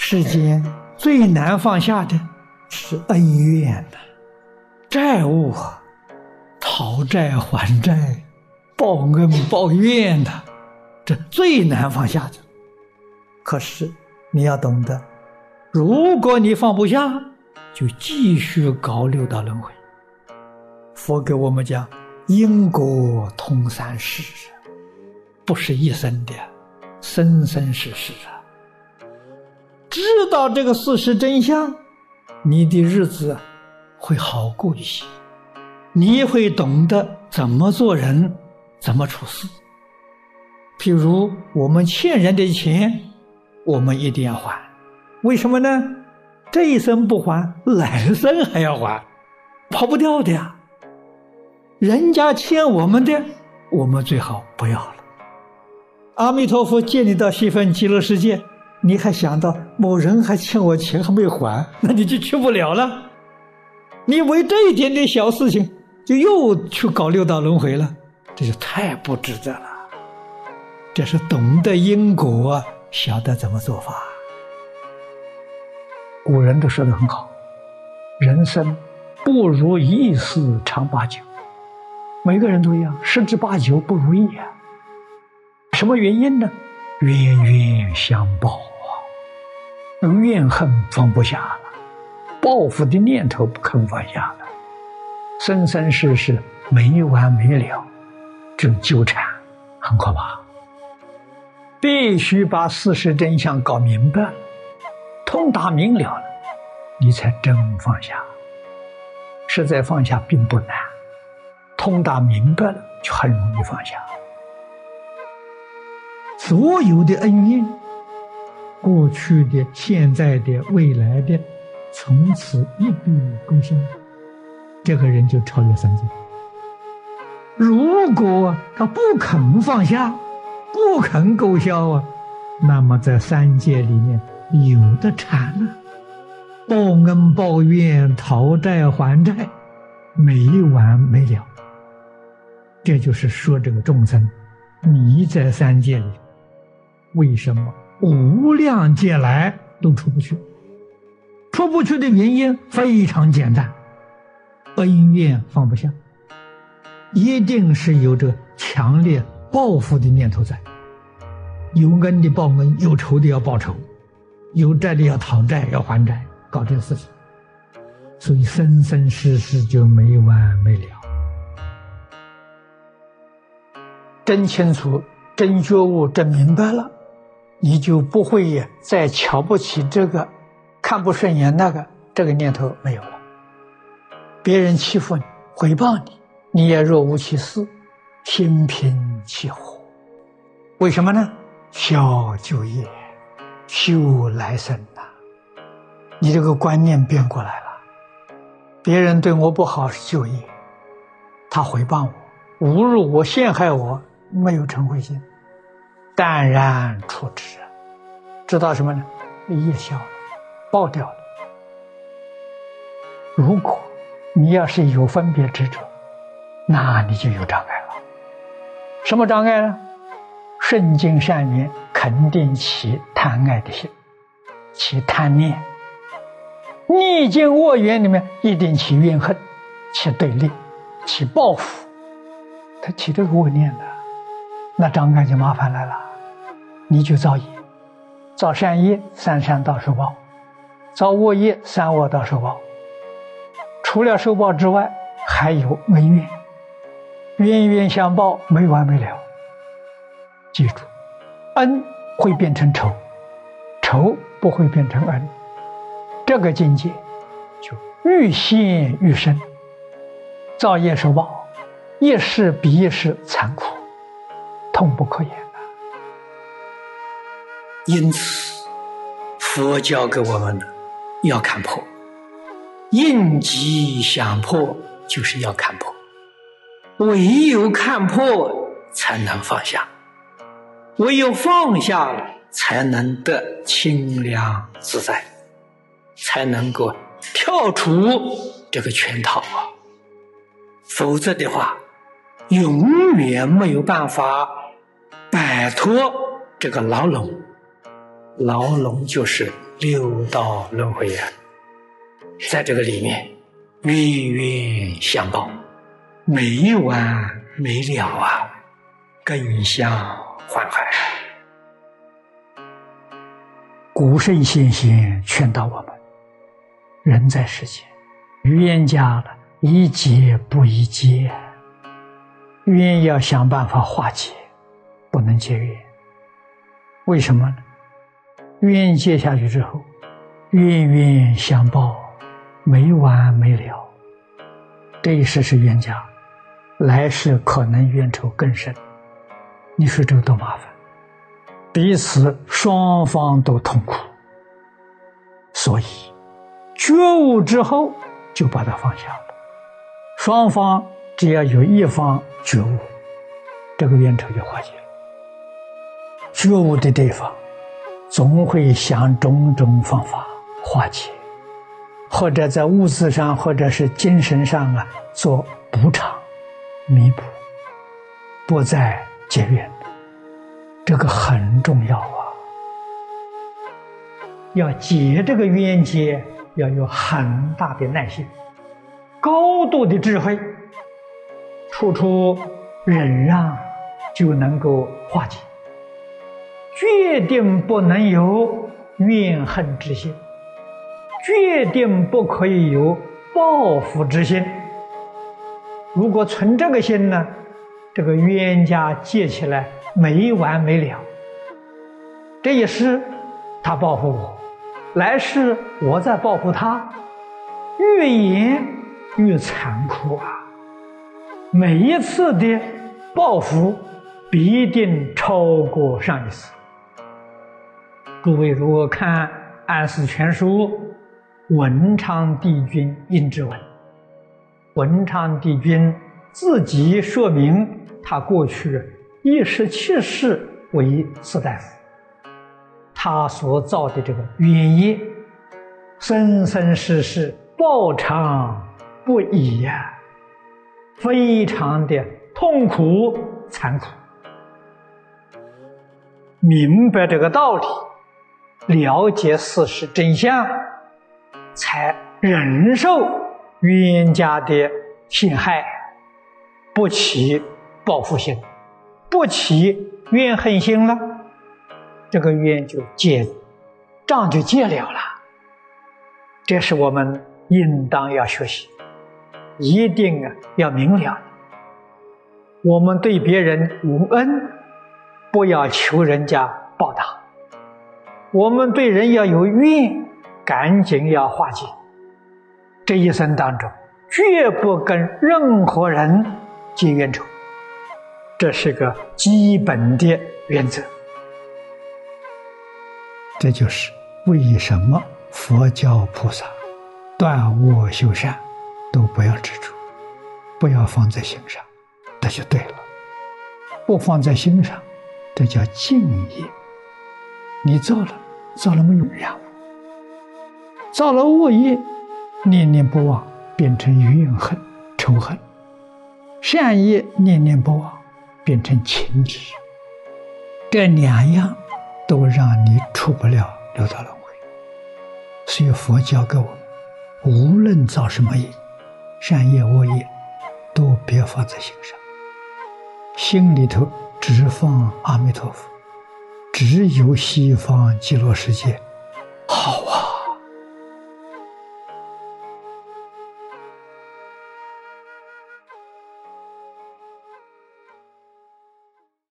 世间最难放下的是恩怨呐、债务啊，讨债还债，报恩报怨呐、这最难放下的。可是你要懂得，如果你放不下，就继续搞六道轮回。佛给我们讲，因果通三世，不是一生的，生生世世啊。知道这个事实真相，你的日子会好过一些，你会懂得怎么做人，怎么处事。譬如我们欠人的钱，我们一定要还，为什么呢？这一生不还，来生还要还，跑不掉的呀。人家欠我们的，我们最好不要了。阿弥陀佛借你到西方极乐世界，你还想到某人还欠我钱还没还，那你就去不了了。你为这一点点小事情就又去搞六道轮回了，这就太不值得了。这是懂得因果，晓得怎么做法。古人都说得很好，人生不如意事常八九。每个人都一样，十之八九不如意啊。什么原因呢？冤冤相报啊，怨恨放不下了，报复的念头不肯放下了，生生世世没完没了，这种纠缠很可怕。必须把事实真相搞明白了，通达明了了，你才真放下。实在放下并不难，通达明白了就很容易放下。所有的恩怨，过去的、现在的、未来的，从此一笔勾销，这个人就超越三界。如果他不肯放下，不肯勾销啊，那么在三界里面有的缠了，报恩报怨，讨债还债，没完没了。这就是说这个众生，你在三界里，为什么无量劫来都出不去？出不去的原因非常简单，恩怨放不下，一定是有着强烈报复的念头在，有恩的报恩，有仇的要报仇，有债的要讨债，要还债，搞这个事情，所以生生世世就没完没了。真清楚，真觉悟，真明白了，你就不会再瞧不起这个，看不顺眼那个，这个念头没有了。别人欺负你，诽谤你，你也若无其事，心平气和。为什么呢？消旧业，修来生呐。你这个观念变过来了，别人对我不好是旧业，他诽谤我，侮辱我，陷害我，没有嗔恚心，淡然处之，知道什么呢？业消了，报掉了。如果你要是有分别执着，那你就有障碍了。什么障碍呢？顺境善缘肯定起贪爱的心，起贪念；逆境恶缘里面一定起怨恨，起对立，起报复，他起这个恶念的，那障碍就麻烦来了。你就造业，造善业，三善道受报；造恶业，三恶道受报。除了受报之外，还有恩怨，冤冤相报，没完没了。记住，恩会变成仇，仇不会变成恩，这个境界就愈陷愈深。造业受报，业事比业事残酷，痛不可言的。因此佛教给我们的要看破，应机想破，就是要看破，唯有看破才能放下，唯有放下了，才能得清凉自在，才能够跳出这个圈套啊！否则的话，永远没有办法摆脱这个牢笼， 牢笼就是六道轮回呀，在这个里面冤冤相报，没完没了啊，更相环海。古圣先贤劝导我们，人在世间，冤家了，宜结不宜结，冤要想办法化解，不能结冤。为什么呢？冤结下去之后，冤冤相报，没完没了。这一世是冤家，来世可能冤仇更深。你说这个多麻烦，彼此双方都痛苦。所以觉悟之后就把它放下了，双方只要有一方觉悟，这个冤仇就化解了。觉悟的对方总会想种种方法化解，或者在物质上或者是精神上做补偿弥补，不再结怨，这个很重要啊。要解这个冤结，要有很大的耐心，高度的智慧，处处忍让就能够化解，决定不能有怨恨之心，决定不可以有报复之心。如果存这个心呢，这个冤家结起来没完没了，这一世他报复我，来世我再报复他，越演越残酷啊！每一次的报复必定超过上一次。各位如果看《安史全书》文昌帝君殷之文，文昌帝君自己说明他过去17世为士大夫，他所造的这个冤业，生生世世报偿不已呀，非常的痛苦残酷。明白这个道理，了解事实真相，才忍受冤家的陷害，不起报复心，不起怨恨心了，这个冤就结，账就结了了。这是我们应当要学习，一定要明了。我们对别人无恩，不要求人家报答；我们对人要有怨，赶紧要化解。这一生当中，绝不跟任何人结冤仇，这是个基本的原则。这就是为什么佛教菩萨断恶修善都不要执着，不要放在心上，这就对了。不放在心上，这叫敬业。你造了没有然后，造了恶业，念念不忘，变成怨恨仇恨；善业念念不忘，变成情执。这两样都让你出不了六道轮回。所以佛教给我们，无论造什么业，善业恶业，都别放在心上，心里头只放阿弥陀佛，只有西方极乐世界好啊。